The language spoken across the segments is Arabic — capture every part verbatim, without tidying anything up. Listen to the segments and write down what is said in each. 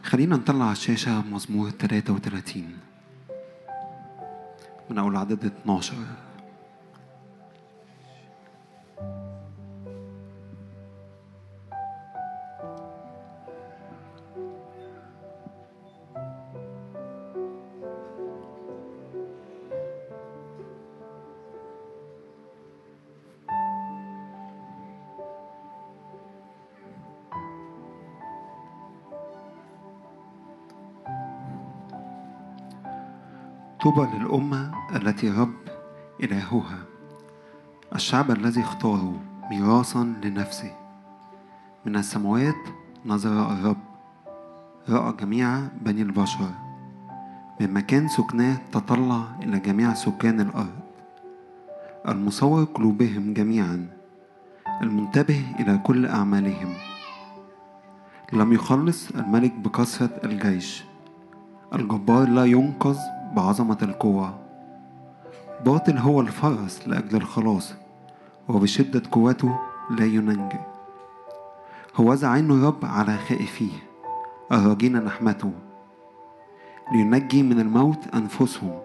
خلينا نطلع على الشاشة مزمور ثلاثة وثلاثين من أول عدد اتناشر. طوبى للأمة التي رب إلهها، الشعب الذي اختاروا ميراثا لنفسه. من السماوات نظر الرب، رأى جميع بني البشر، من مكان سكناه تطلع إلى جميع سكان الأرض. المصور قلوبهم جميعا، المنتبه إلى كل أعمالهم. لم يخلص الملك بكثرة الجيش، الجبار لا ينقذ بعظمة القوة. باطل هو الفرس لأجل الخلاص، وبشدة قوته لا ينجي. هوذا عين الرب على خائفيه الراجين نحمته، لينجي من الموت أنفسهم.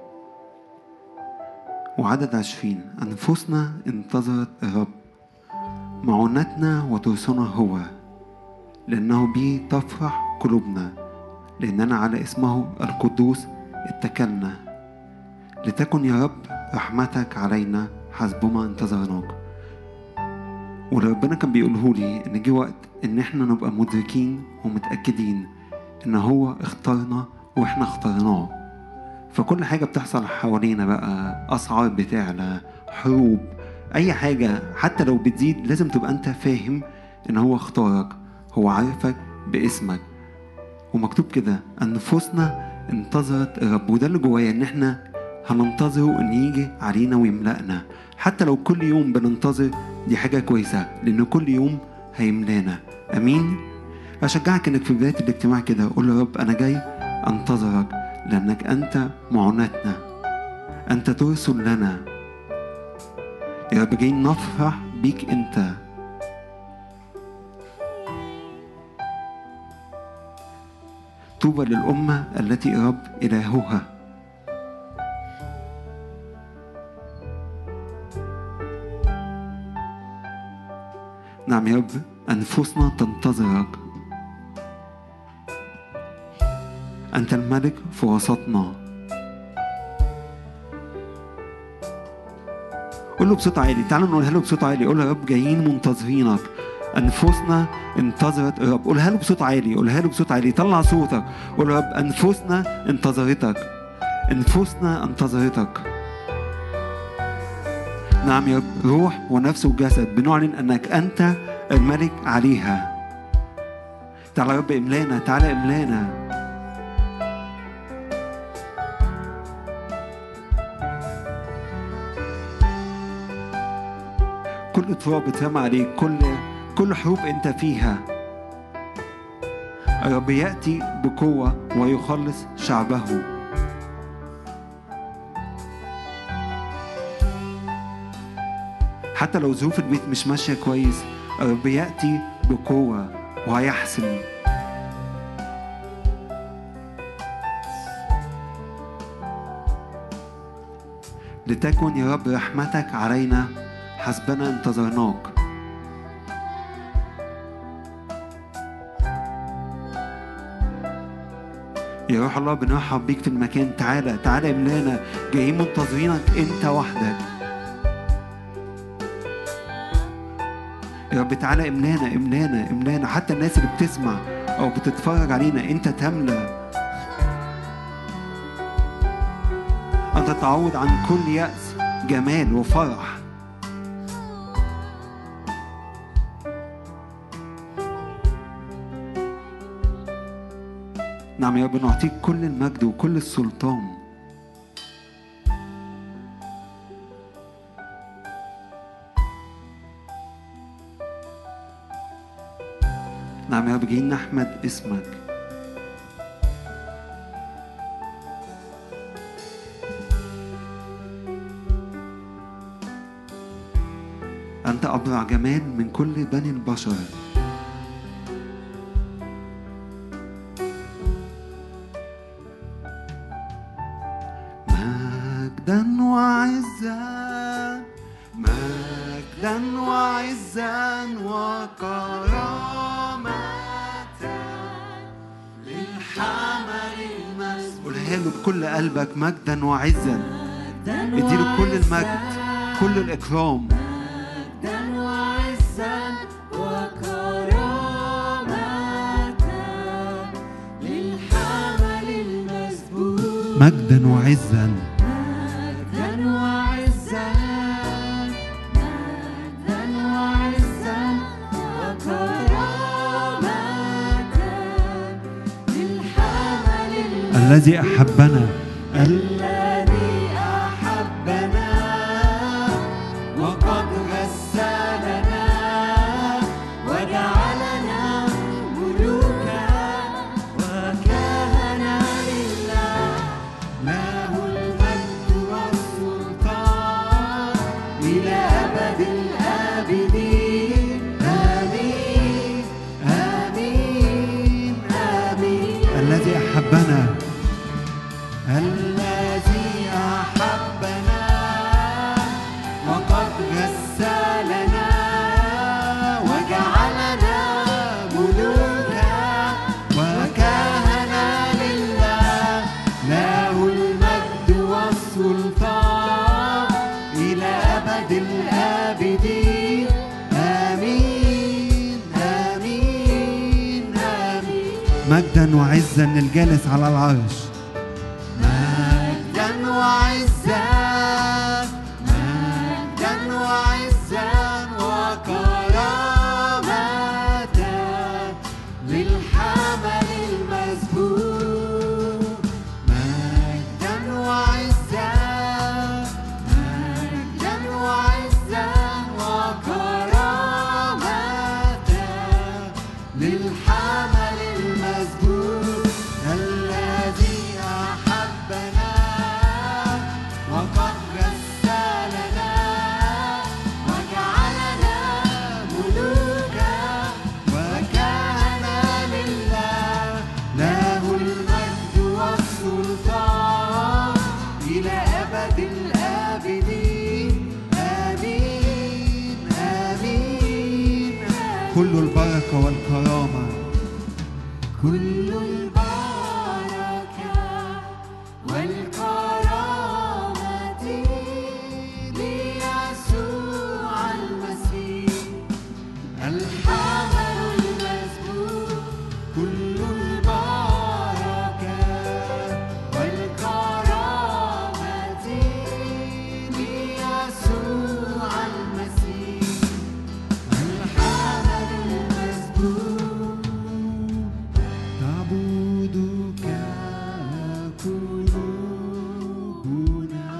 وعدد عشرين: أنفسنا انتظرت الرب، معونتنا وترسنا هو، لأنه به تفرح قلوبنا، لأننا على اسمه القدوس اتكلنا. لتكن يا رب رحمتك علينا حسبما انتظرناك. وربنا كان بيقوله لي ان جه وقت ان احنا نبقى مدركين ومتأكدين ان هو اختارنا واحنا اخترناه. فكل حاجة بتحصل حوالينا بقى، اسعار بتعلى، حروب، اي حاجة حتى لو بتزيد، لازم تبقى انت فاهم ان هو اختارك، هو عارفك باسمك. ومكتوب كده أنفسنا انتظرت الرب، وده اللي جوايا ان احنا هننتظره ان يجي علينا ويملأنا. حتى لو كل يوم بننتظر، دي حاجة كويسة، لان كل يوم هيملانا. امين. اشجعك انك في بداية الاجتماع كده قول يا رب انا جاي انتظرك، لانك انت معونتنا، انت ترسل لنا يا رب. جايين نفرح بيك انت. طوبى للأمة التي رب إلهها. نعم يا رب، أنفسنا تنتظرك، أنت الملك في وسطنا. قول له بصوت عالي، تعالوا نقولها له بصوت عالي. قول له يا رب جايين منتظرينك، أنفسنا انتظرت الرب. قولها له بصوت عالي، قولها له بصوت عالي، طلع صوتك. قول له يا رب أنفسنا انتظرتك، أنفسنا انتظرتك. نعم يا رب، روح ونفس وجسد بنعلن أنك أنت الملك عليها. تعالى يا رب املانا، تعالى املانا. كل تراب اترمى عليك، كل كل حروب انت فيها، الرب يأتي بقوة ويخلص شعبه. حتى لو ظروف البيت مش ماشية كويس، الرب يأتي بقوة وهيحسم. لتكن يا رب رحمتك علينا حسبنا انتظرناك. يا روح الله بنرحب بيك في المكان. تعالى تعالى املانا، جايين منتظرينك انت وحدك يا رب. تعالى املانا املانا املانا. حتى الناس اللي بتسمع او بتتفرج علينا انت تملى، انت تعوض عن كل يأس جمال وفرح. نعم يا رب، نعطيك كل المجد وكل السلطان. نعم يا رب، جايين نحمد اسمك. أنت أبرع جمال من كل بني البشر. وعزا مجدا وعزا وكرامة للحمل المسبوح. قولها له بكل قلبك، مجدا وعزا. اديله كل المجد كل الإكرام. مجدا وعزا وكرامة للحمل المسبوح. مجدا وعزا مجدا وعزا مجدا وعزا وكرامة للحمل المسبوح. الذي أحبنا الذي أحبنا وقد غسلنا وجعلنا ملوكا وكهنة لله. له المجد والسلطان إلى أبد الآبدين. آمين آمين آمين. الذي أحبنا الذي أحبنا وقد غسلنا وجعلنا ملوكا وكهنة لله. له المجد والسلطان إلى أبد الآبدين. آمين آمين آمين. مجدا وعزا للجالس على العرش. مجدا وعزا مجدا وعزا وكرامة للحمل المسبوح. مجدا وعزا مجدا وعزا وكرامة للحمل المسبوح. الذي أحبنا وقد غسلنا وجعلنا ملوكا وكهنة لله. له المجد والسلطان إلى أبد الآبدين. آمين آمين. كل البركة والكرامة كل البركة والكرامة ليسوع المسيح الحمل المسبوح. كل البركة والكرامة ليسوع المسيح الحمل المسبوح. تعبدك قلوبنا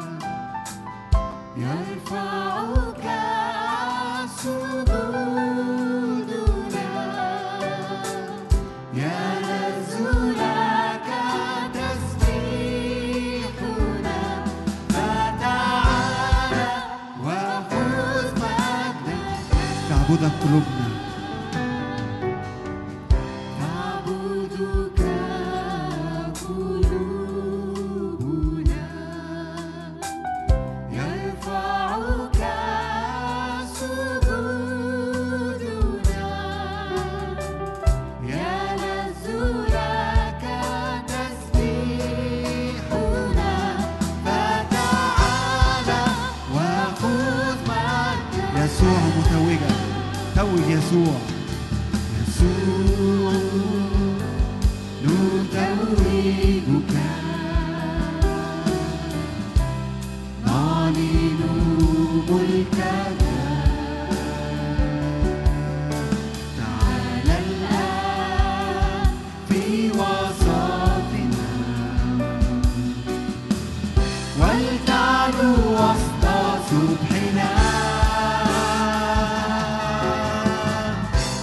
يرفعك سجودنا يلذ لك تسبيحنا. فتعالى وخذ مجدك. تعبدك قلوبنا تعبدك قلوبنا يرفعك سجودنا يلذ لك تسبيحنا. فتعالى وخذ مجدك. يسوع متوجا. توج يسوع. يسوع نتوجك نعلن ملكك. تعال الآن في وسطنا ولتعلو وسط سبحنا.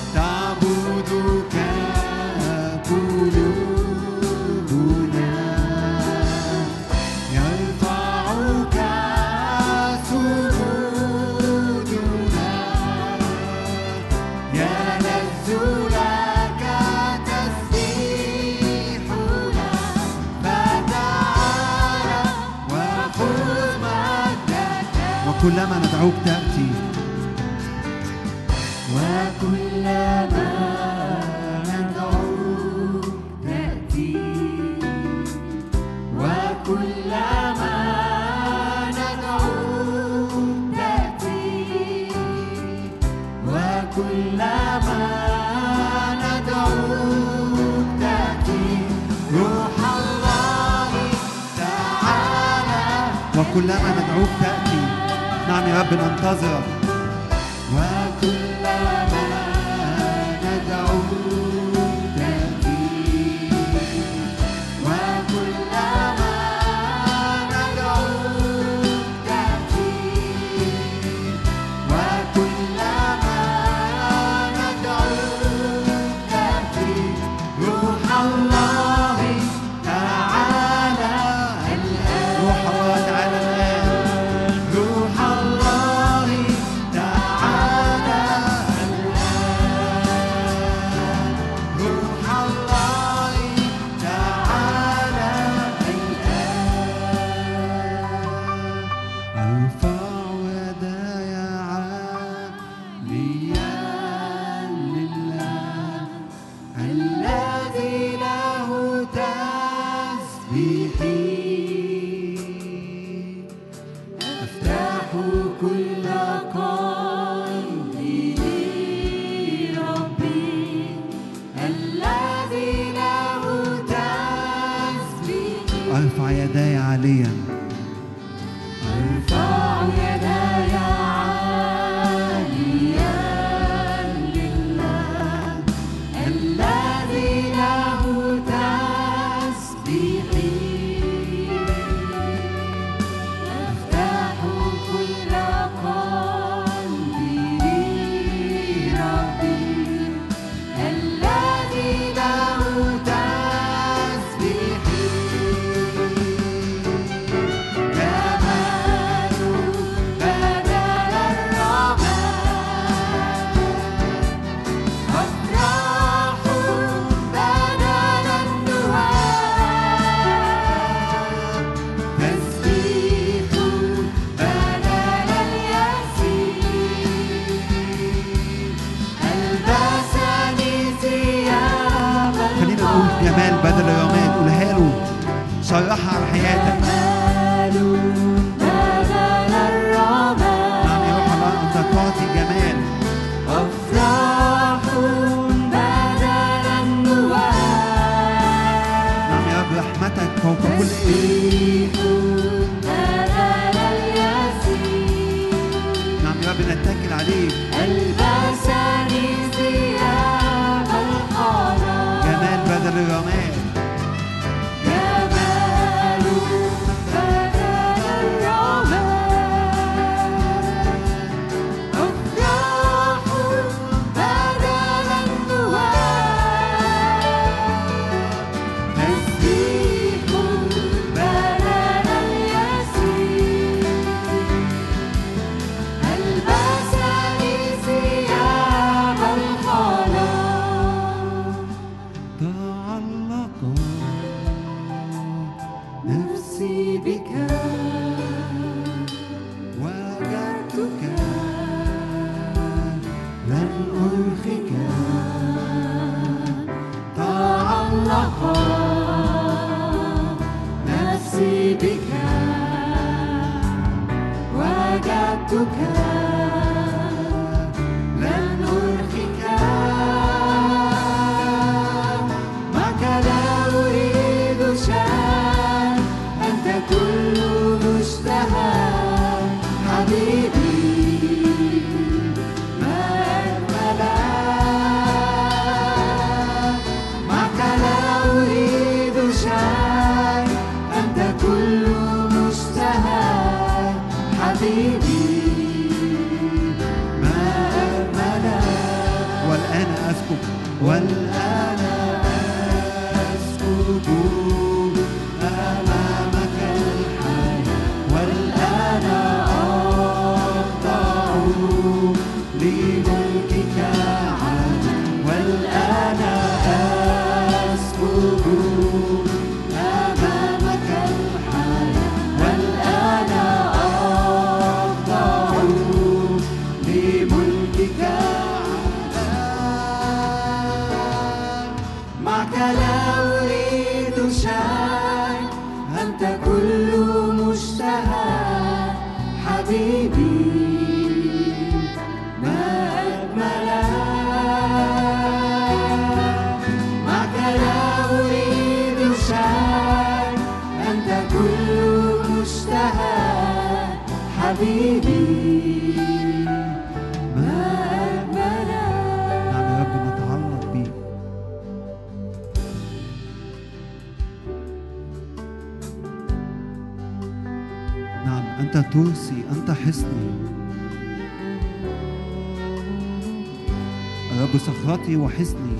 وكلما ندعوك تأتي وكلما ندعوك تأتي وكلما ندعوك تأتي وكلما ندعوك تأتي روح الله تعالى وكلما ندعوك تأتي. نعم يا رب ننتظرك. وكلما ندعوك تأتي وكلما ندعوك تأتي وكلما ندعوك تأتي روح الله تعالى الآن روح الله تعالى الآن. روح الله تعالى الآن روح الله تعالى الآن أرفع يداي عاليا لله الذي له تسبيحي أفتح كل قلبي لربي الذي له تسبيحي أرفع يداي عاليا أرفع يداي عاليا لله الذي له تسبيحي أفتح كل قلبي لربي الذي له تسبيحي جمال بدل الرماد أفراح بدل النهاد تسبيح بدل اليسير ألبسني ثياب خلينا نقول جمال بدل الرماد. قولها له، شرحها على حياتك. جمال بدل الرماد نعم يا روح الله أنت تعطي جمال. أفراح بدل النواد نعم يا رب رحمتك فوق كل اسم. تسبيح بدل اليسير نعم يا رب نتكل عليك. ألبسني ثياب الخلاص جمال بدل الرماد. جمال بدل الرماد أفراح بدل النواد تسبيح بدل اليسير ألبسني ثياب الخلاص تعلق نفسي بك وجدتك لن أرخك تعلق نفسي بك وجدتك لن أرخك معك لا أريد شيء أنت كل مشتهى حبيبي ما أجملك معك لا أريد شيء أنت كل مشتهى حبيبي ما أجملك والآن أسكب والآن أسكب أمامك الحياة والآن أخضع لملكك عانا والآن أسكب أمامك الحياة والآن أخضع حبيبي ما أجمل معك لا أريد شيء أنت كل مشتهى حبيبي ما أجمل. نعم يا رب نتعلق بيك. نعم أنت ترسي، أنت حصني الرب صخرتي وحصني.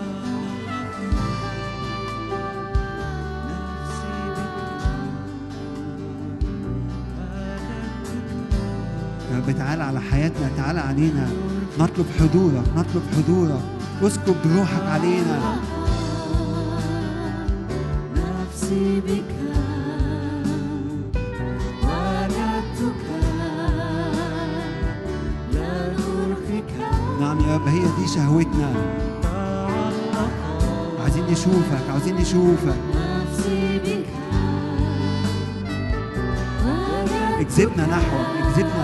يا رب تعالى على حياتنا، تعالى علينا، نطلب حضورك، نطلب حضورك، اسكب بروحك علينا. نفسي بك وجدتك لا أرخك. نعم يا رب هي دي شهوتنا، عايزين نشوفك، عايزين نشوفك. نفسي بك اجذبنا نحوك، اجذبنا.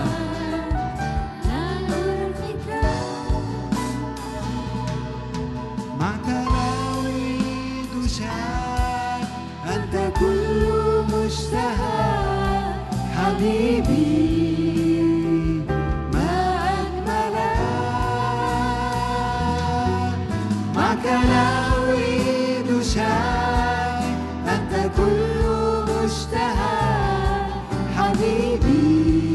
معك لا أريد شيء أنت كل مشتهى حبيبي ما أجمل معك لا أريد شيء أنت كل مشتهى حبيبي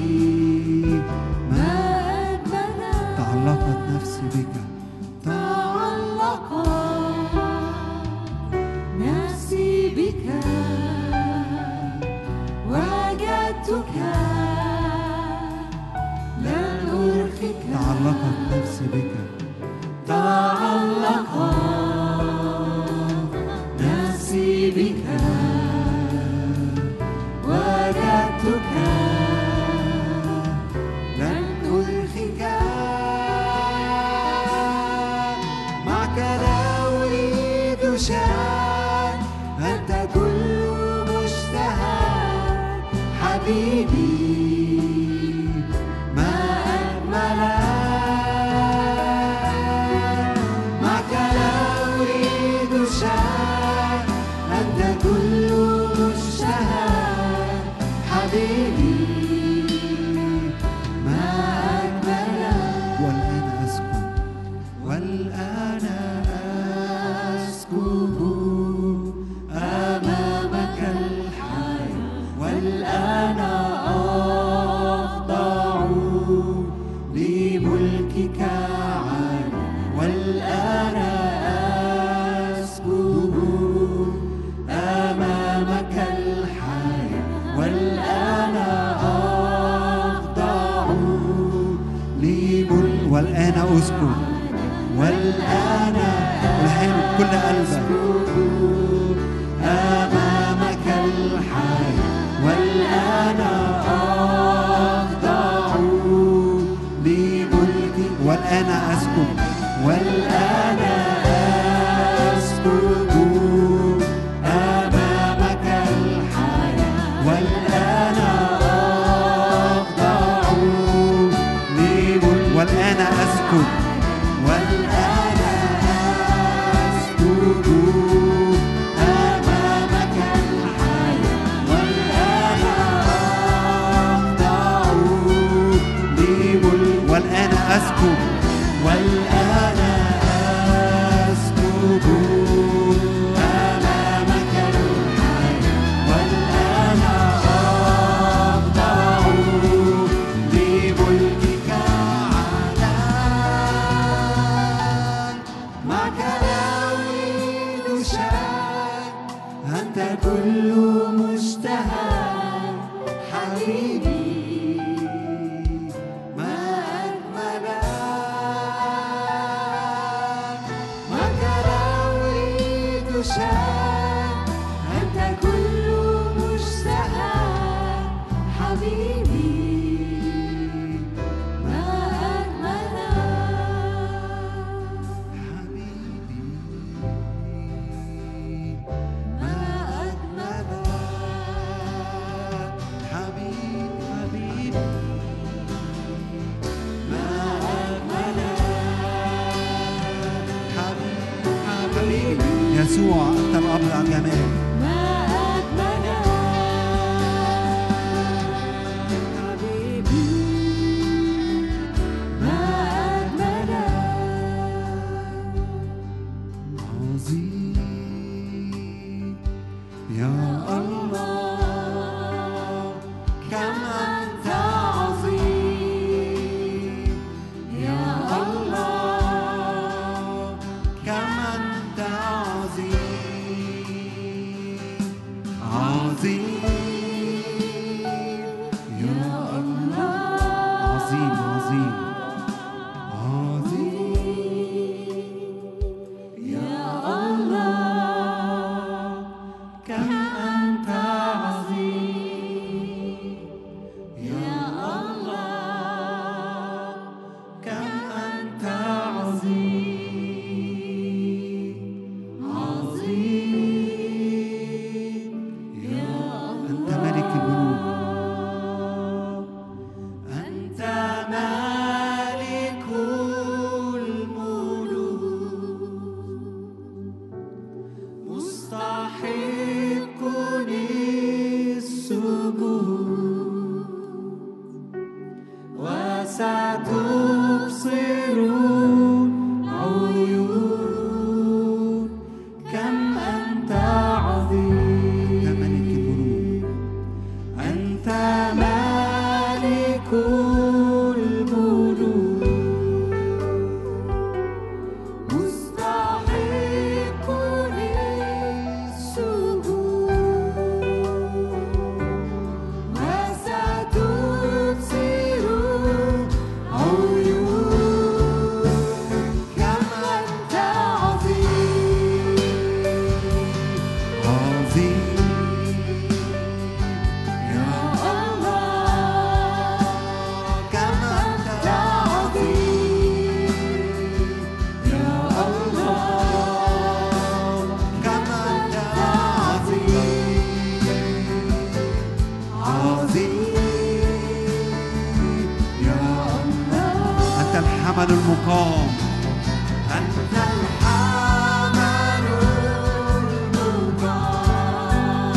ما أجمل. تعلقت نفسي بك، تعلقت نفسي بك وجدتك لن أرخك. تعلقت نفسي بك، تعلقت نفسي بك وجدتك لن أرخك. معك لا أريد شيء أنت كل مشتهى حبيبي ما أجمل. معك لا أريد شيء أنت كل مشتهى حبيبي ما أجمل. والآن أسكن، والآن أسكب أمامك الحي والآن أخضع لملكك عالي. والآن أسكب أمامك الحي والآن أخضع لملكك. والآن أسكن، والآن والآن بكل قلبك. أمامك الحي والآن أخضع لملكك. والآن أسكن، والآن أسكب أمامك الحي والآن أخضع لملكك. والآن أسكن، والآن أسكب أمامك الحي والآن أخضع لملكك. والآن أسكن، والآن أسكب أمامك الحي والآن أخضع لملكك عالا. معك لا أريد شيء أنت كل مشتهى حبيبي ما أجمل. جمال. ما أجملك حبيبي، ما أجملك عظيم يا الله، كم أنت عظيم يا الله، كم أنت عظيم عظيم يا الله، عظيم عظيم عظيم يا الله، كم أنت عظيم يا الله، كم أنت عظيم عظيم يا أنت ملك الملوك، أنت مالك الملوك، مستحق السجود، وستبصر عيون كم أنت عظيم. أنت ملك الملوك، أنت مالك الملوك، مستحق للسجود، وستبصر عيون كم أنت عظيم عظيم يا الله، كم أنت عظيم يا الله، كم أنت عظيم عظيم يا الله. أنت الحمل المقام، أنت الحمل المقام،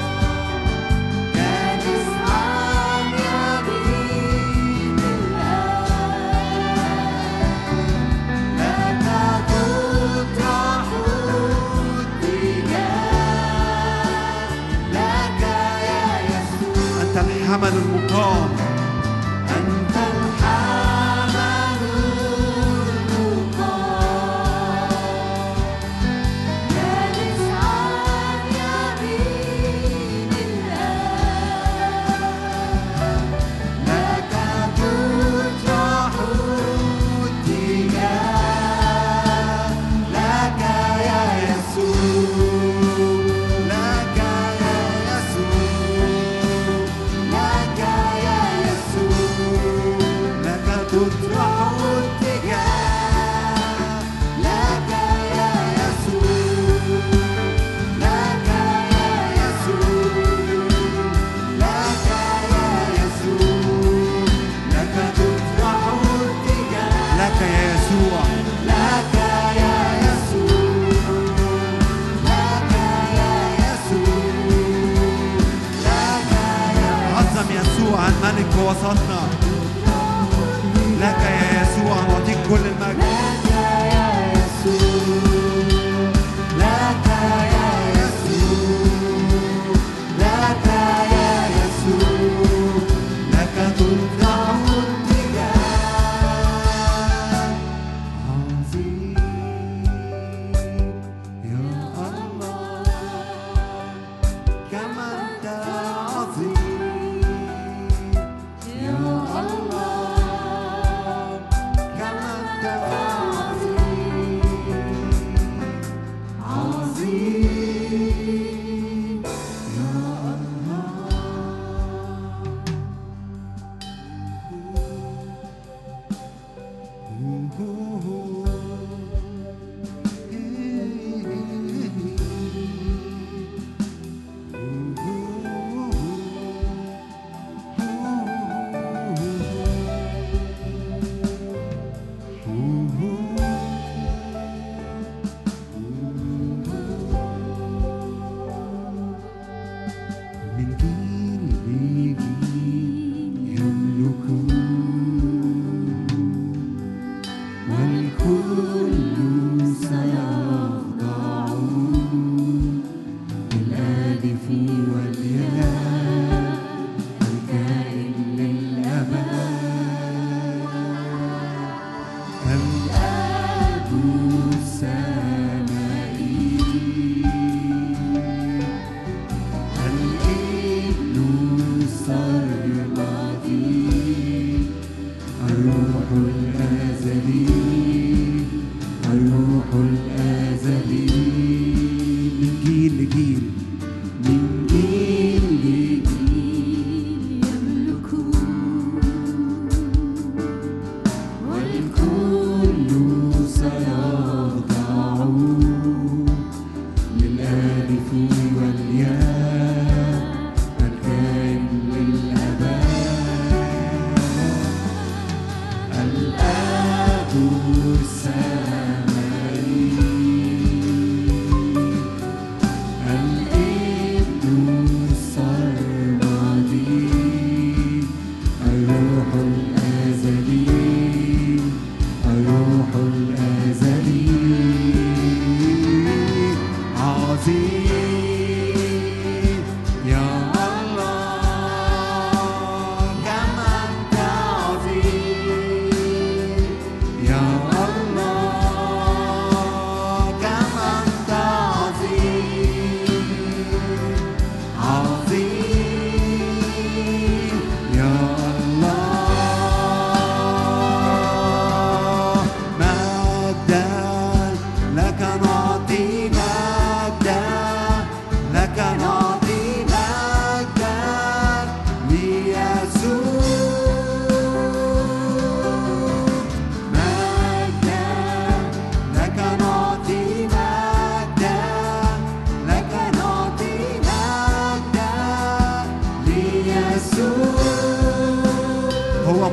جالس عن يمين الآب، لك تطرح التيجان، لك يا يسوع. أنت الحمل المقام، أنت الحمل المقام، جالس عن يمين الآب، لك تطرح التيجان، لك يا يسوع، لك يا يسوع، لك يا يسوع، لك تطرح التيجان، لك يا يسوع، لك يا يسوع، لك يا يسوع، لك تطرح التيجان، لك يا يسوع، لك يا يسوع، لك يا يسوع، لك يا عظم يسوع الملك في وسطنا. لك يا يسوع نعطيك كل المجد. لك يا يسوع، لك يا يسوع، لك يا يسوع، لك تطرح التيجان. عظيم يا الله، كم أنت عظيم يا الله، كم أنت عظيم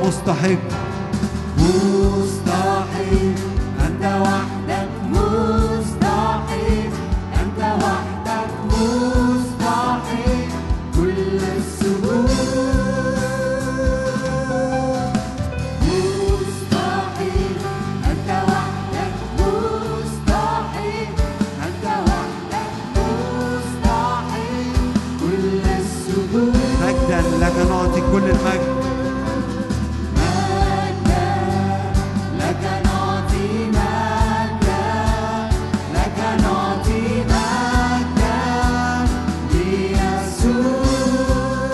مستحق مستحيل أنت وحدك مستحيل أنت وحدك مستحيل كل السجود مستحيل أنت وحدك مستحيل أنت وحدك مستحيل كل السجود مجدا لك نعطي كل المجد لك نعطي مجدا لك نعطي مجدا ليسوع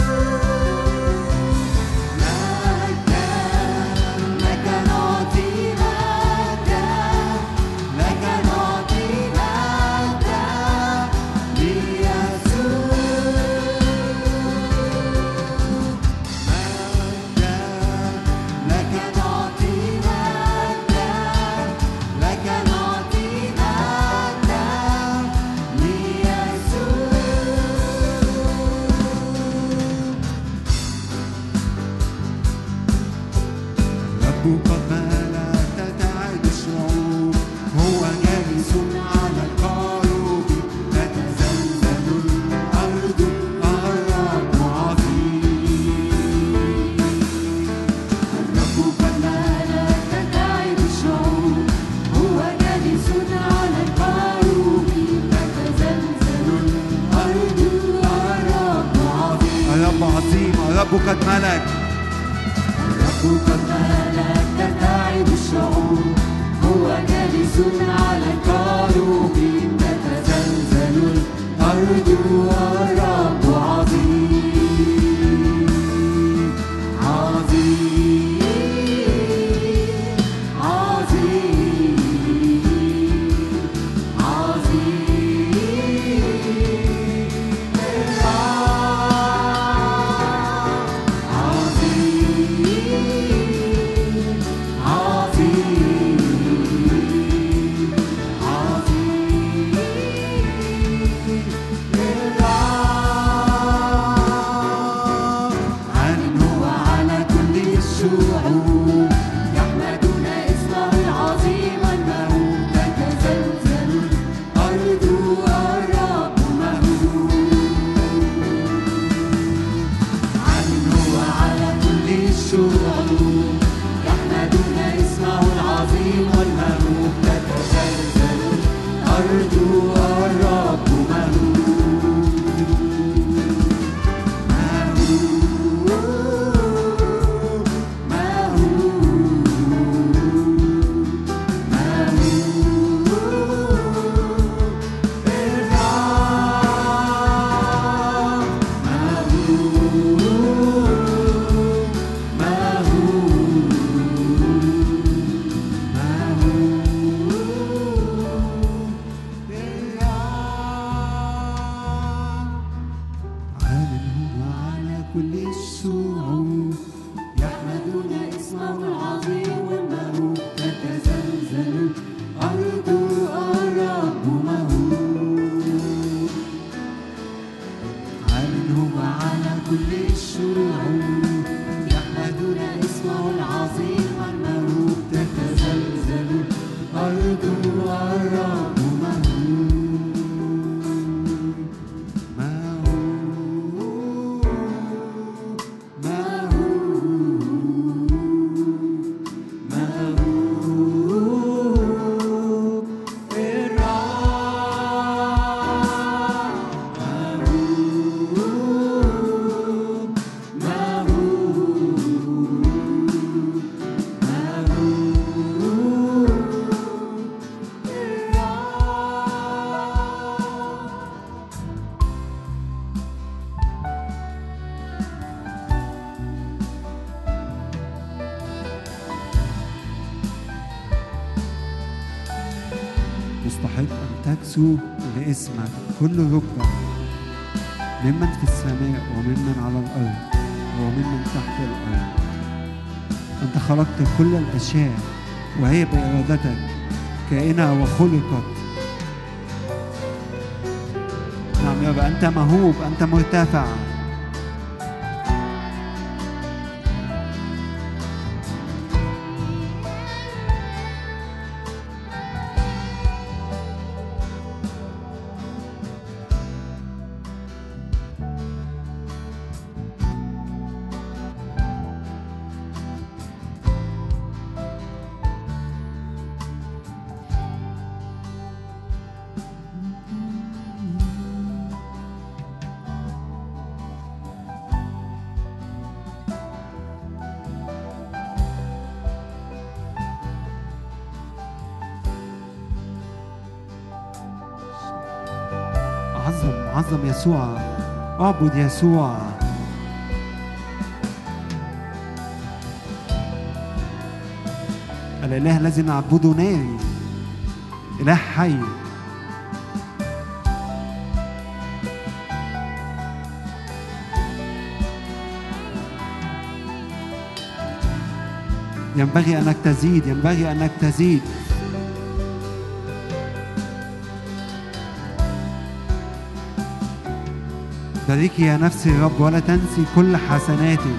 مجدا لك نعطي مجدا لك نعطي مجدا ليسوع مجدا لك نعطي مجدا لك نعطي مجدا ليسوع رب قد ملا تتعد الشعوب هو جالس على القاروب تتزلزل الأرض الرب عظيم الرب قد ملا تتعب الشعوب هو جالس على القاروب تتزلزل الأرض الرب عظيم الرب عظيم الرب قد ملك الرب قد ملا تتعب الشعوب هو جالس على القاروب تتزلزل الأرض والرب عظيم عظيم عظيم عظيم عنه وعلى كل الشعوب يحمدون اسمه العظيم المهول تتزلزل الأرض والرب مهول عنه وعلى كل الشعوب يحمدون اسمه العظيم والمهول تتزلزل الأرض والرب مهول على كل الشعوب يحمدون اسمه العظيم والمهول تتزلزل الأرض والرب مهول عنه وعلى كل الشعوب يحمدون اسمه العظيم والمهول تتزلزل الأرض والرب مهول مستحق أن تكسو لاسمك كل ركبة ممن في السماء وممن على الأرض وممن تحت الأرض. أنت خلقت كل الأشياء وهي بإرادتك كائنة وخلقت. نعم يا رب، أنت مهوب، أنت مرتفع. عظم عظم يسوع، اعبد يسوع. الإله الذي نعبده ناري، إله حي. ينبغي أنك تزيد، ينبغي أنك تزيد. باركي يا نفسي الرب ولا تنسي كل حسناتي.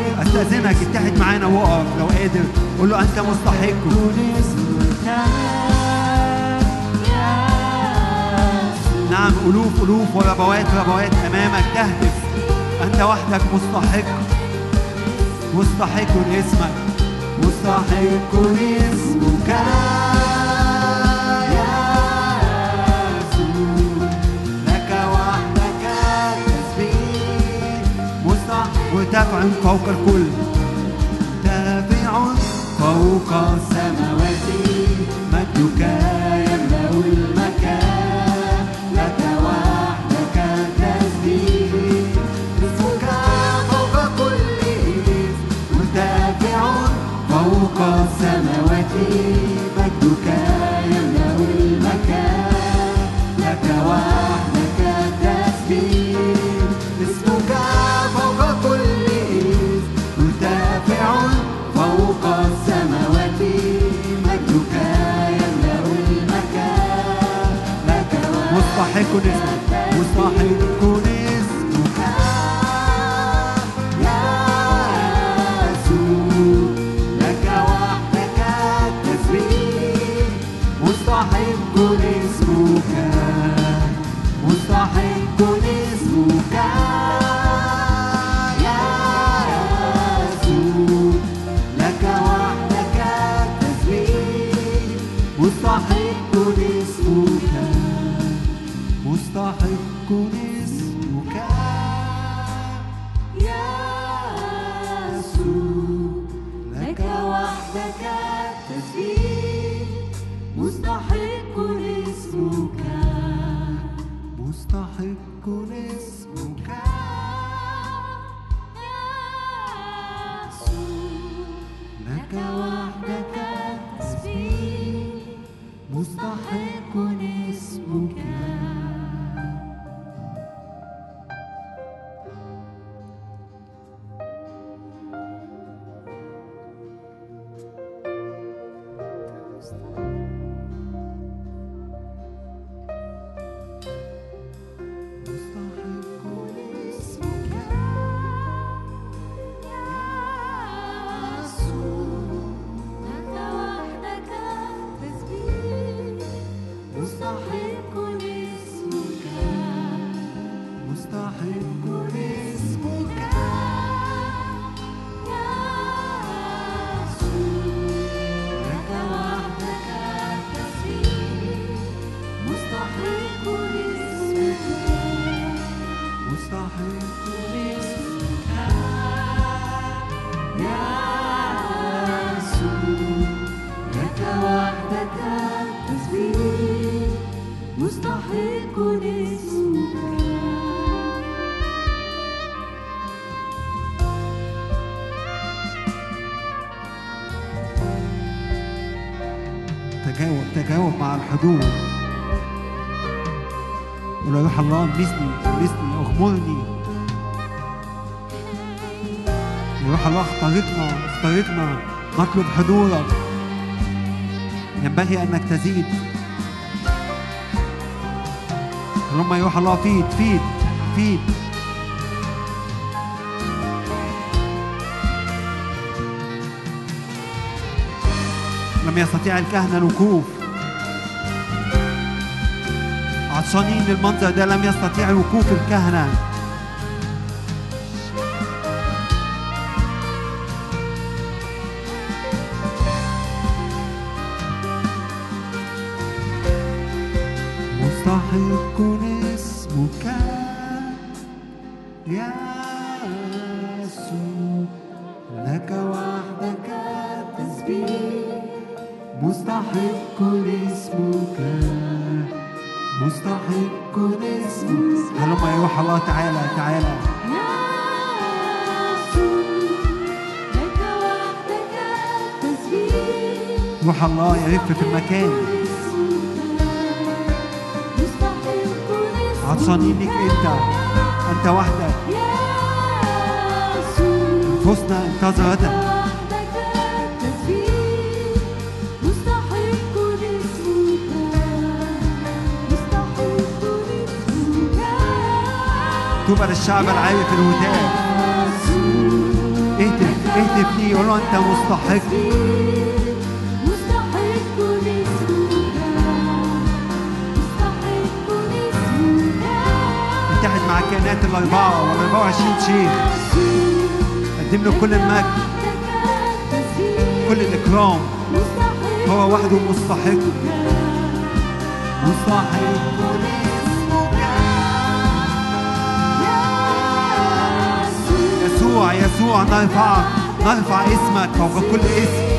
استأذنك اتحد معانا وقف لو قادر، قول له أنت مستحق. نعم ألوف ألوف وربوات ربوات أمامك تهتف. أنت وحدك مستحق، مستحق اسمك، مستحق اسمك يا يسوع. لك وحدك التسبيح مستحق. مرتفع فوق الكل، مرتفع فوق السماوات، مجدك يملأ المكان. لك وحدك التسبيح اسمك فوق كل اسم. مرتفع فوق السماوات، مجدك يملأ المكان. لك وحدك التسبيح اسمك فوق كل اسم. مرتفع فوق السماوات، مجدك يملأ المكان. لك مستحق اسمك، مستحق اسمك يا يسوع. لك وحدك التسبيح مستحق اسمك، مستحق اسمك يا يسوع. لك وحدك التسبيح مستحق اسمك، مستحق اسمك يا يسوع. لك وحدك التسبيح مستحق اسمك، مستحق اسمك يا يسوع. لك وحدك التسبيح مستحق اسمك. تجاوب تجاوب مع الحضور. قول يا روح الله لمسني لمسني اغمرني. يا روح الله اختارتنا اختارتنا نطلب حضورك. ينبغي انك تزيد. اللهم يا روح الله فيد فيد فيد. لم يستطيع الكهنة الوقوف، عطشانين للمنظر ده. لم يستطيع وقوف الكهنة. مستحق اسمك يا يسوع. لك وحدك التسبيح مستحق اسمك، مستحق اسمك. هلما يا روح الله تعالى تعالى. لك وحدك التسبيح روح الله يرف في المكان. عطشانين ليك انت، انت وحدك. انفسنا انتظرتك. طوبى للشعب العارف الهتاف. اهتف اهتف ليه، قول له انت مستحق. مستحق اسمك، مستحق اسمك مع الكائنات الأربعة والأربعة وعشرين شيخ. قدم له كل المجد، كل الإكرام. هو وحده مستحق، مستحق اسمك يسوع. يسوع نرفعك، نرفع اسمك فوق كل اسم.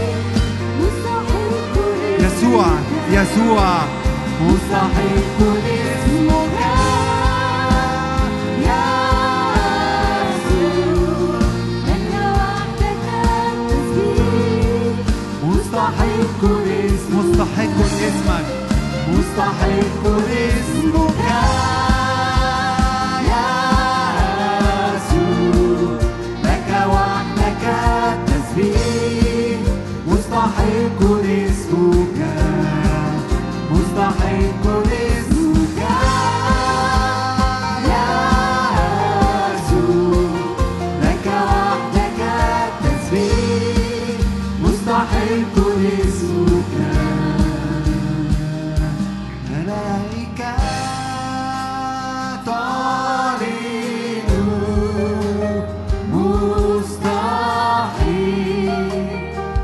يسوع يسوع مستحق اسمك يا يسوع، لك وحدك التسبيح. مستحق اسمك، مستحق اسمك، مستحق اسمك يا يسوع، لك وحدك التسبيح. مستحق اسمك، مستحق اسمك يا يسوع، لك وحدك التسبيح. مستحق اسمك. ملائكة تعلن مستحيل،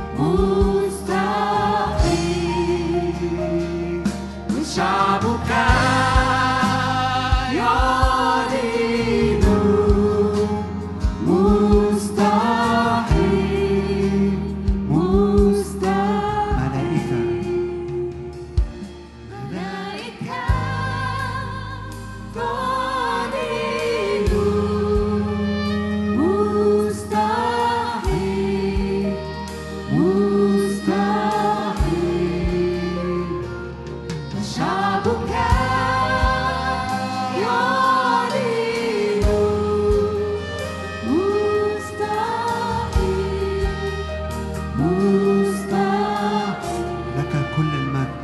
مستحيل، وشعبك يعلن مستحيل، مستحيل. ملائكة تعلن مستحيل، مستحيل، وشعبك يعلن مستحيل، مستحيل. لك كل المجد،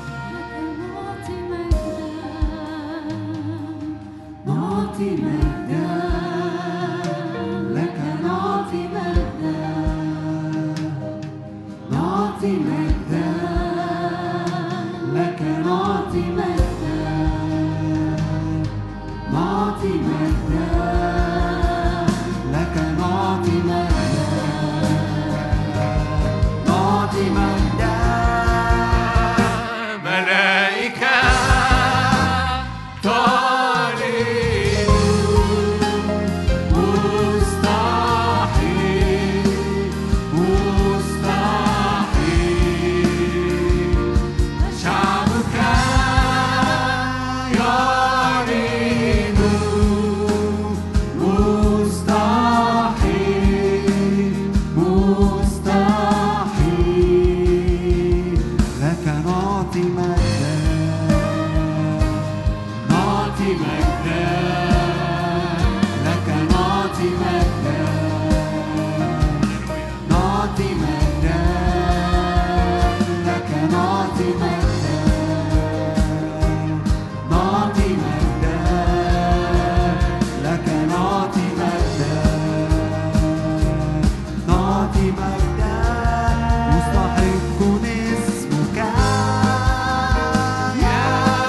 نعطي مجدا، لك نعطي مجدا، نعطي مجدا، لك نعطي مجدا، نعطي مجدا، لك نعطي مجدا، نعطي مجدا. ملائكة تعلن مستحيل، مستحيل، شعبك يعلن مستحيل، مستحيل، لك نعطي مجدا، نعطي مجدا، لك نعطي مجدا، نعطي مجدا، لك نعطي مجدا، نعطي مجدا، لك نعطي مجدا، نعطي مجدا. مستحق اسمك يا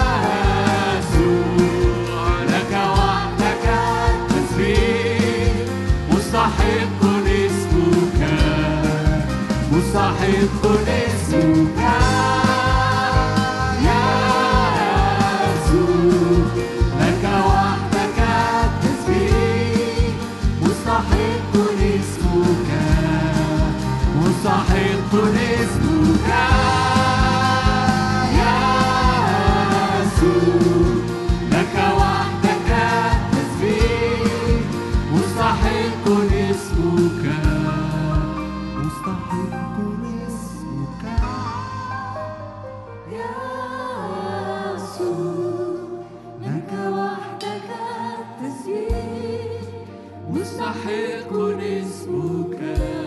يسوع، لك وحدك التسبيح. مستحق اسمك، مستحق اسمك يا يسوع، لك وحدك التسبيح. مستحق اسمك، مستحق اسمك يا يسوع، لك وحدك التسبيح. مستحق اسمك، مستحق اسمك يا يسوع، لك وحدك التسبيح. مستحق اسمك.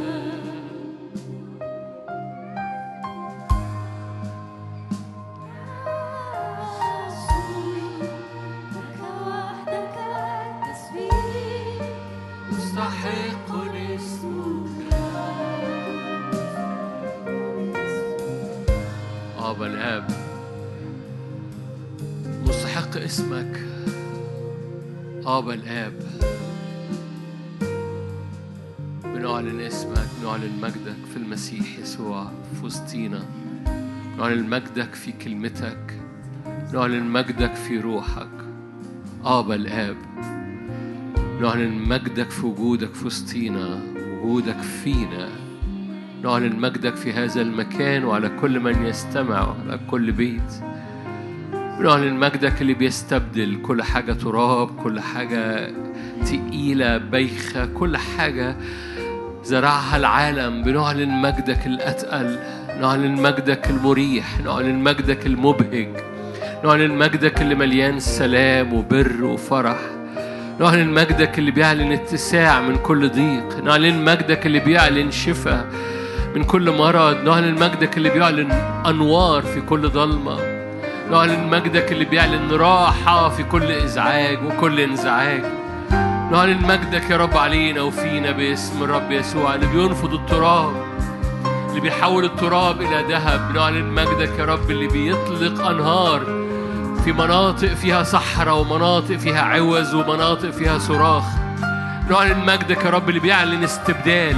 مستحق اسمك. أبا الآب، مستحق اسمك. آبا الآب، بنعلن اسمك، بنعلن مجدك في المسيح يسوع في وسطينا، بنعلن مجدك في كلمتك، بنعلن مجدك في روحك. آبا الآب، بنعلن مجدك في وجودك في وسطينا، وجودك فينا. نعلن مجدك في هذا المكان وعلى كل من يستمع وعلى كل بيت. بنعلن مجدك اللي بيستبدل كل حاجة تراب، كل حاجة تقيلة بايخة، كل حاجة زرعها العالم. بنعلن مجدك الأتقل، نعلن مجدك المريح، نعلن مجدك المبهج، نعلن مجدك اللي مليان سلام وبر وفرح، نعلن مجدك اللي بيعلن اتساع من كل ضيق، نعلن مجدك اللي بيعلن شفاء من كل مرض، نعلن مجدك اللي بيعلن أنوار في كل ضلمة، نعلن مجدك اللي بيعلن راحة في كل إزعاج وكل انزعاج. نعلن مجدك يا رب علينا وفينا باسم الرب يسوع، اللي بينفض التراب، اللي بيحول التراب إلى ذهب. نعلن مجدك يا رب اللي بيطلق أنهار في مناطق فيها صحراء ومناطق فيها عوز ومناطق فيها صراخ. نعلن مجدك يا رب اللي بيعلن استبدال،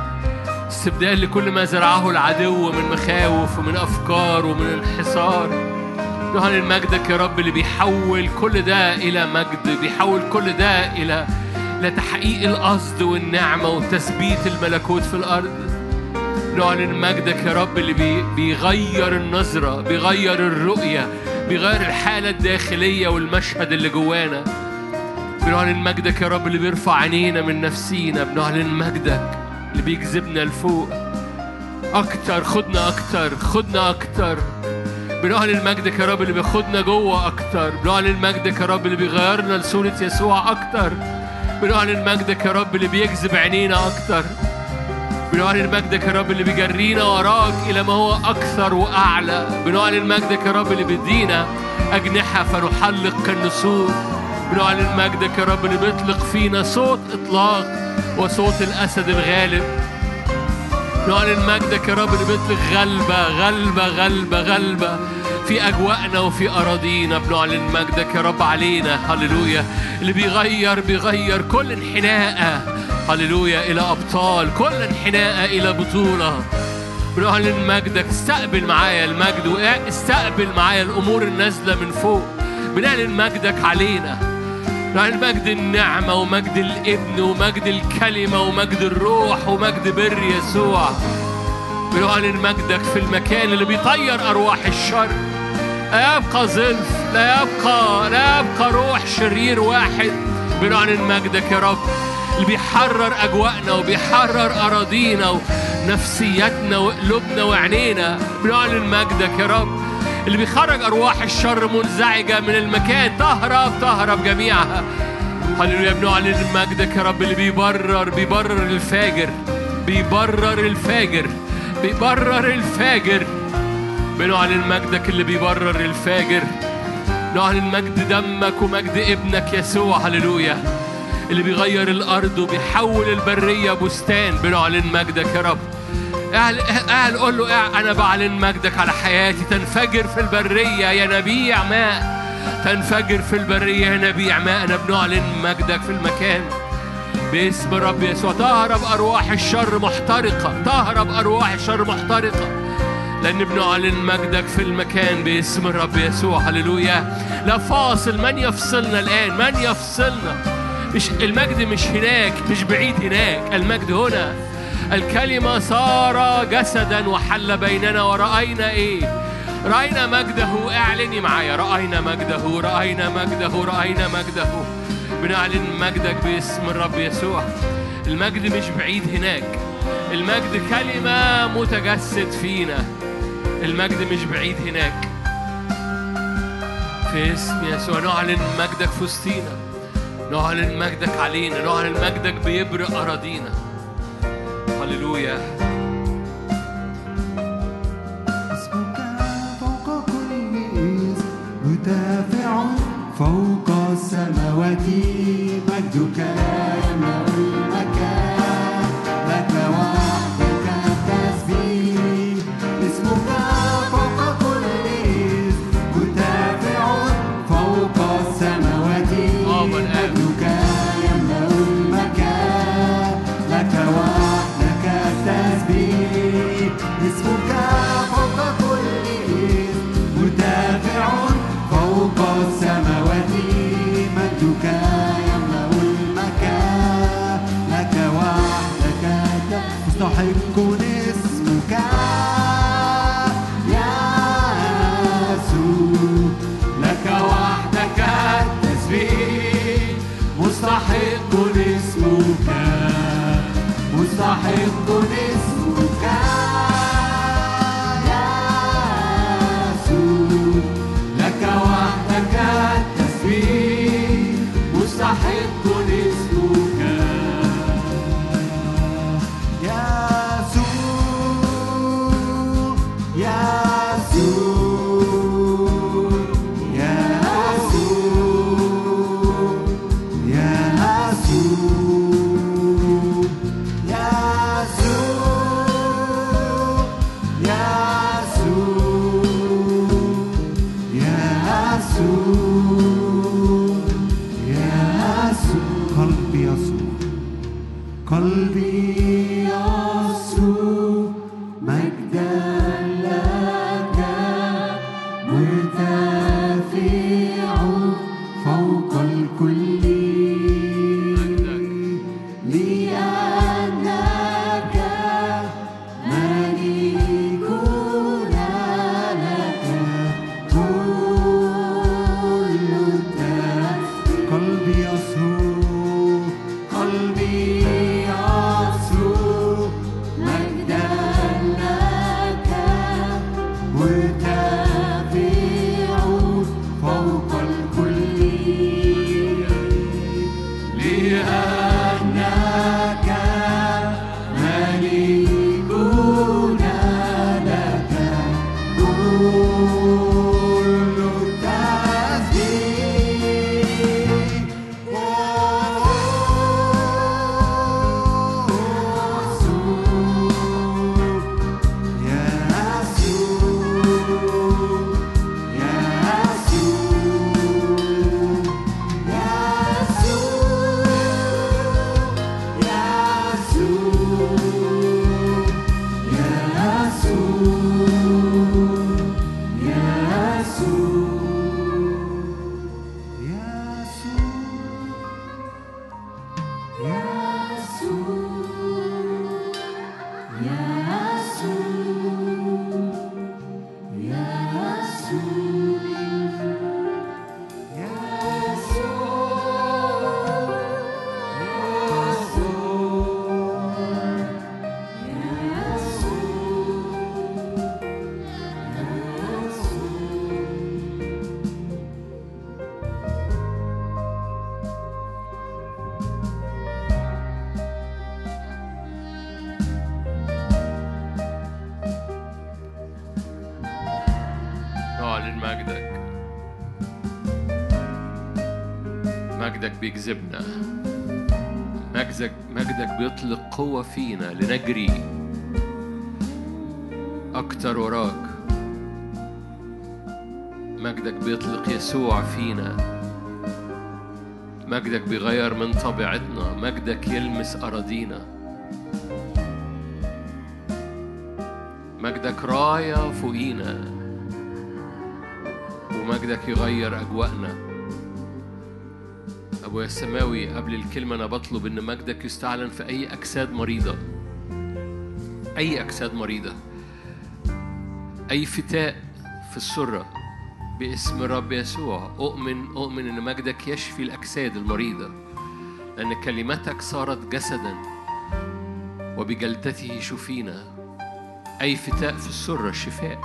استبدال لكل ما زرعه العدو من مخاوف ومن أفكار ومن انحصار. نعلن مجدك يا رب اللي بيحول كل ده إلى مجد، بيحول كل ده إلى إلى تحقيق القصد والنعمة وتثبيت الملكوت في الأرض. نعلن مجدك يا رب اللي بي بيغير النظرة، بيغير الرؤية، بيغير الحالة الداخلية والمشهد اللي جوانا. بنعلن مجدك يا رب اللي بيرفع عينينا من نفسينا. بنعلن مجدك اللي بيجذبنا لفوق أكتر، خدنا أكتر، خدنا أكتر. بنعلن مجدك يا رب اللي بياخدنا جوه أكتر. بنعلن مجدك يا رب اللي بيغيرنا لصورة يسوع أكتر. بنعلن مجدك يا رب اللي بيجذب عينينا أكتر. بنعلن مجدك يا رب اللي بيجرينا وراك إلى ما هو أكثر وأعلى. بنعلن مجدك يا رب اللي بيدينا أجنحة فنحلق كالنسور. بنعلن مجدك يا رب اللي بيطلق فينا صوت إطلاق وصوت الأسد الغالب. نعلن مجدك يا رب اللي بيطلق غلبة غلبة غلبة غلبة في أجواءنا وفي أراضينا. بنعلن مجدك يا رب علينا، هللويا، اللي بيغير بيغير كل انحناء، هللويا، إلى أبطال، كل انحناء إلى بطولة. بنعلن مجدك، استقبل معايا المجد واستقبل معايا الأمور النازلة من فوق. بنعلن مجدك علينا، نعلن مجد النعمة ومجد الابن ومجد الكلمة ومجد الروح ومجد بر يسوع. بنعلن مجدك في المكان اللي بيطير أرواح الشر. لا يبقى ظلف، لا يبقى لا يبقى روح شرير واحد. بنعلن مجدك يا رب اللي بيحرر أجواءنا وبيحرر أراضينا ونفسيتنا وقلوبنا وعينينا. بنعلن مجدك يا رب اللي بيخرج أرواح الشر منزعجة من المكان، تهرب تهرب جميعها. هللويا. بنعلن مجدك يا رب اللي بيبرر بيبرر الفاجر، بيبرر الفاجر، بيبرر الفاجر. بنعلن مجدك اللي بيبرر الفاجر. نعلن مجد دمك ومجد ابنك يسوع، هللويا، اللي بيغير الأرض وبيحول البرية بستان. بنعلن مجدك يا رب. اعل اعل قول له اعل أنا بعلن مجدك على حياتي. تنفجر في البرية يا نبيع ماء، تنفجر في البرية يا نبيع ماء. أنا بنعلن مجدك في المكان باسم الرب يسوع. تهرب أرواح الشر محترقة، تهرب أرواح الشر محترقة، لأن بنعلن مجدك في المكان باسم الرب يسوع. هللويا. لا فاصل، من يفصلنا الآن؟ من يفصلنا؟ مش المجد مش هناك، مش بعيد هناك، المجد هنا. الكلمة صار جسدا وحل بيننا ورأينا إيه؟ رأينا مجده. اعلني معايا، رأينا مجده، رأينا مجده، رأينا مجده. بنعلن مجدك باسم الرب يسوع. المجد مش بعيد هناك، المجد كلمة متجسد فينا. المجد مش بعيد هناك في اسم يسوع. نعلن مجدك في وسطينا، نعلن مجدك علينا، نعلن مجدك بيبرق أراضينا. هللويا. اسمك فوق كل اسم، مرتفع فوق السماوات، مجدك يملأ المكان، لك وحدك التسبيح. اسمك فوق كل اسم، مرتفع فوق السماوات، مجدك قلبي يصرخ مجدا لك مرتفع فوق الكل لأنك ملكنا لك كل التسبيح قلبي يصرخ قلبي يصرخ مجدا لك مرتفع فوق الكل لأنك ملكنا لك كل التسبيح نعلن مجدك. مجدك بيجذبنا، مجدك مجدك بيطلق قوة فينا لنجري أكتر وراك. مجدك بيطلق يسوع فينا، مجدك بيغير من طبيعتنا، مجدك يلمس أراضينا، مجدك راية فوقينا، ومجدك يغير أجواءنا. أبويا السماوي، قبل الكلمة أنا بطلب إن مجدك يستعلن في أي أجساد مريضة، أي أجساد مريضة، أي فتاء في السرة باسم الرب يسوع. أؤمن أؤمن إن مجدك يشفي الأجساد المريضة، لأن كلمتك صارت جسدا وبجلدته شفينا. أي فتاء في السرة شفاء،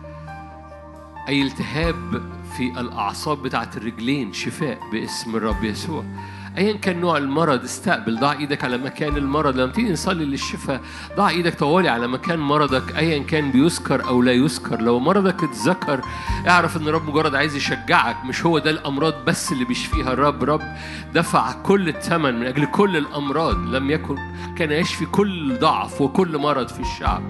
أي التهاب في الأعصاب بتاعت الرجلين شفاء باسم الرب يسوع. أيا كان نوع المرض استقبل. ضع إيدك على مكان المرض. لما تيجي نصلي للشفاء ضع إيدك طوالي على مكان مرضك، أيا كان بيذكر أو لا يذكر. لو مرضك اتذكر اعرف إن الرب مجرد عايز يشجعك. مش هو ده الأمراض بس اللي بيشفيها الرب. رب دفع كل الثمن من أجل كل الأمراض، لم يكن كان يشفي كل ضعف وكل مرض في الشعب.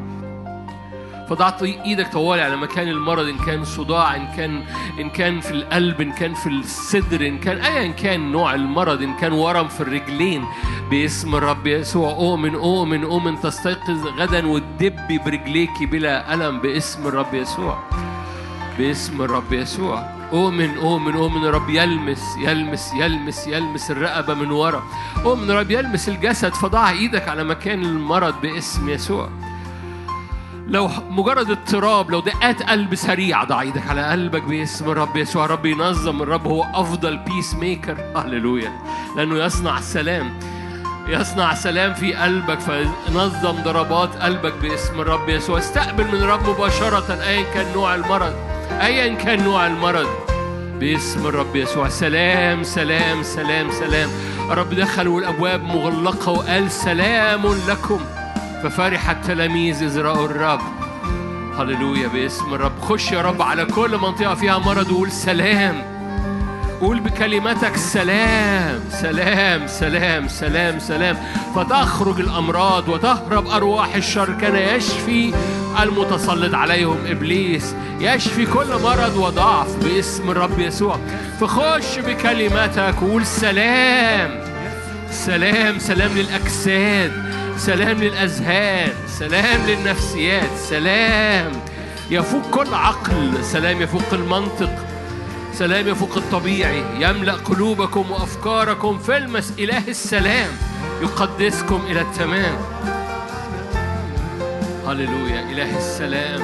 فضعت ايدك طوالي على مكان المرض، ان كان صداع، ان كان ان كان في القلب، ان كان في الصدر، ان كان ايا كان نوع المرض، ان كان ورم في الرجلين باسم الرب يسوع. اؤمن اؤمن اؤمن تستيقظ غدا وتدبي برجليكي بلا الم باسم الرب يسوع، باسم الرب يسوع. اؤمن اؤمن اؤمن الرب يلمس يلمس يلمس يلمس الرقبه من ورا. اؤمن الرب يلمس الجسد. فضع ايدك على مكان المرض باسم يسوع. لو مجرد اضطراب، لو دقات قلب سريعة، ضع ايدك على قلبك باسم الرب يسوع. رب ينظم. الرب هو أفضل بيس ميكر. هللويا. لأنه يصنع السلام، يصنع سلام في قلبك. فنظم ضربات قلبك باسم الرب يسوع. استقبل من الرب مباشرة أيا كان نوع المرض، أيا كان نوع المرض باسم الرب يسوع. سلام سلام سلام سلام. الرب دخل والأبواب مغلقة وقال سلام لكم، ففرح التلاميذ إذ رأوا الرب. هللويا باسم الرب. خش يا رب على كل منطقة فيها مرض وقول سلام. قول بكلماتك سلام سلام سلام سلام سلام، فتخرج الأمراض وتهرب أرواح الشر. كان يشفي المتسلط عليهم إبليس، يشفي كل مرض وضعف باسم الرب يسوع. فخش بكلماتك وقول سلام سلام، سلام للأجساد، سلام للأذهان، سلام للنفسيات، سلام يفوق كل عقل، سلام يفوق المنطق، سلام يفوق الطبيعي، يملأ قلوبكم وأفكاركم. فالمس إله السلام يقدسكم إلى التمام. هللويا. إله السلام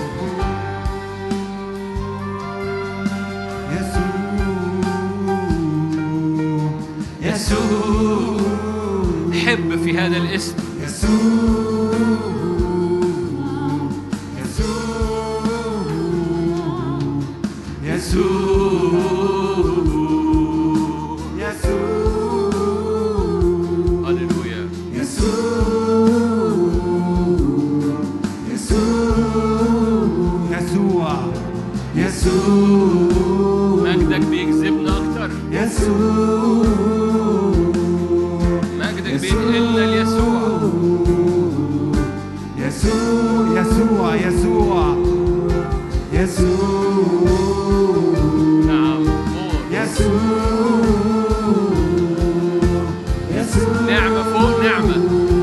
يسوع. حب في هذا الاسم يسوع يسوع يسوع. هللويا. يسوع يسوع يسوع. مجدك بيجذبنا أكتر، يسوع مجدك بينقلنا ليسوع. يسوع يسوع يسوع يسوع. نعم. يسوع يسوع. نعمة فوق نعمة.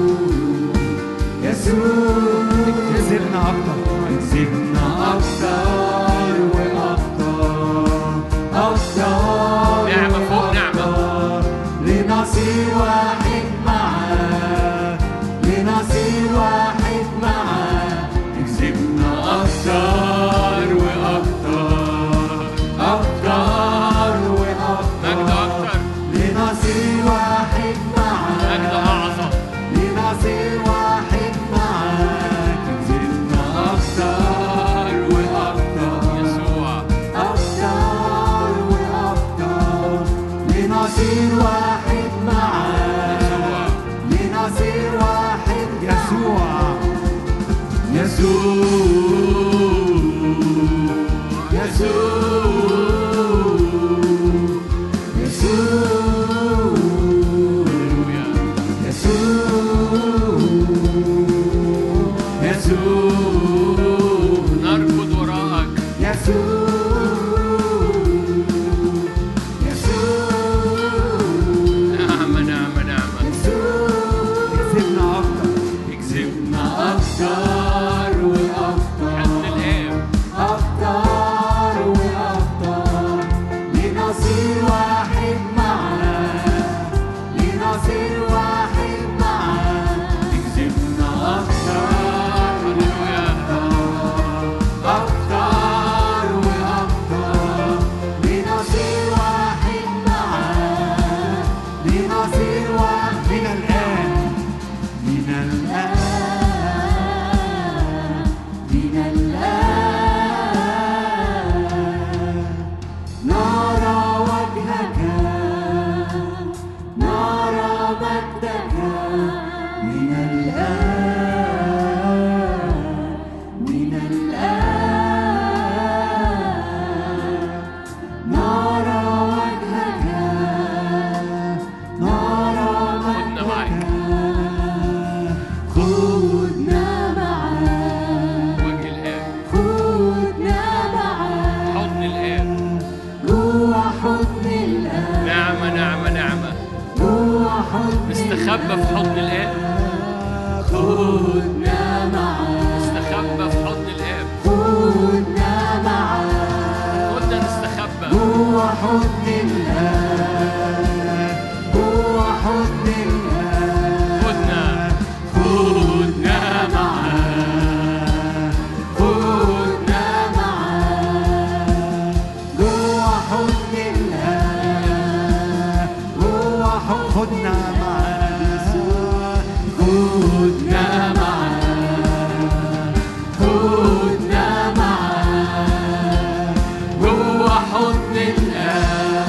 يسوع. اكذبنا أكتر، اكذبنا أكتر وأكتر أكتر. نعمة فوق نعمة. لنصير واحد معاه، لنصير واحد معاه. اكذبنا أكتر وأكتر أكتر وأكتر. مجد أكتر. لنصير واحد معاه، مجد أعظم. لنصير واحد معاك. اكذبنا أكتر وأكتر يسوع. أكتر وأكتر. لنصير واحد معاك، لنصير واحد. يسوع يسوع يسوع يسوع. يسوع يسوع. نركض وراءك. يسوع يسوع. نعمة نعمة نعمة. يسوع. اكذبنا أكتر، اكذبنا أكتر وأكتر. حضن الآب. أكتر وأكتر. لنصير واحد معاه، لنصير واحد معاه. اكذبنا أكتر هللويا. أكتر وأكتر. لنصير واحد معاه، لنصير واحد. من الآن، من الآن، من الآن نرى وجهك، نرى مجدك. من الآن، من الآن نرى وجهك، نرى خدنا معاك. خدنا معاك، وجه الآب. خدنا معاك. حضن الآب. جوا حضن الآب، نعمة نعمة نعمة. جوا حضن نستخبى في حضن الآب. خدنا معاك، نستخبى في حضن الآب. خدنا معاك. خدنا نستخبى. جوا حضن الآب، جوا حضن الآب. خدنا. خدنا معاك، خدنا معاك. جوا حضن الآب، جوا حضن. خدنا معاك، خدنا معاك، خدنا معاك. جوا حضن الآب،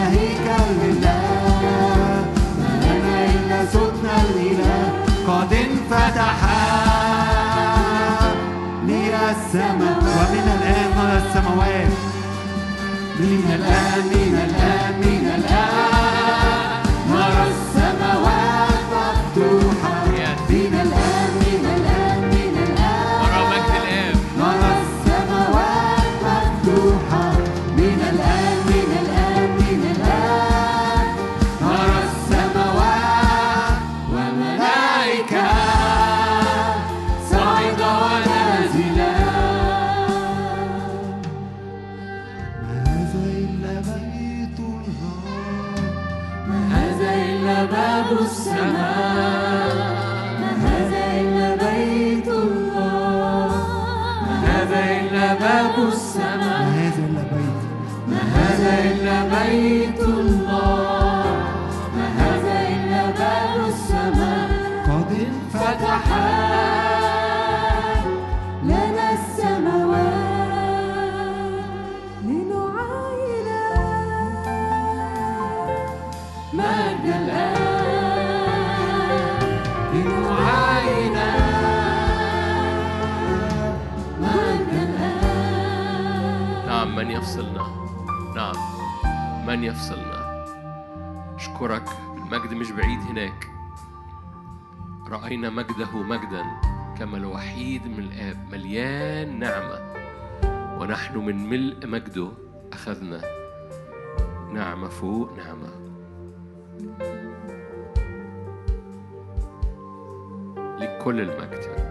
هيكل لله، ما لنا إلا صوتنا الإله قد انفتح لي السماء. ومن الآن نرى السماوات، من الآن من الآن من الآن نرى السماوات مفتوحة. من الآن من الآن من الآن نرى مجد الآب، نرى السماوات مفتوحة. من الآن من الآن من الآن نرى السماوات وملائكة صاعدة ونازلة. ما هذا إلا بيت الله، ما هذا إلا باب السماء، ما هذا إلا بيت الله، ما هذا إلا باب السماء، ما هذا إلا بيت، ما هذا إلا بيت الله، ما هذا إلا باب السماء قد انفتح لنا السماوات لنعاين مجد الآب، لنعاين مجد الآب. نعم من يفصلنا، نعم من يفصلنا. أشكرك، المجد مش بعيد هناك. رأينا مجده مجدا كما الوحيد من الآب مليان نعمة، ونحن من ملء مجده أخذنا نعمة فوق نعمة. لكل المجد.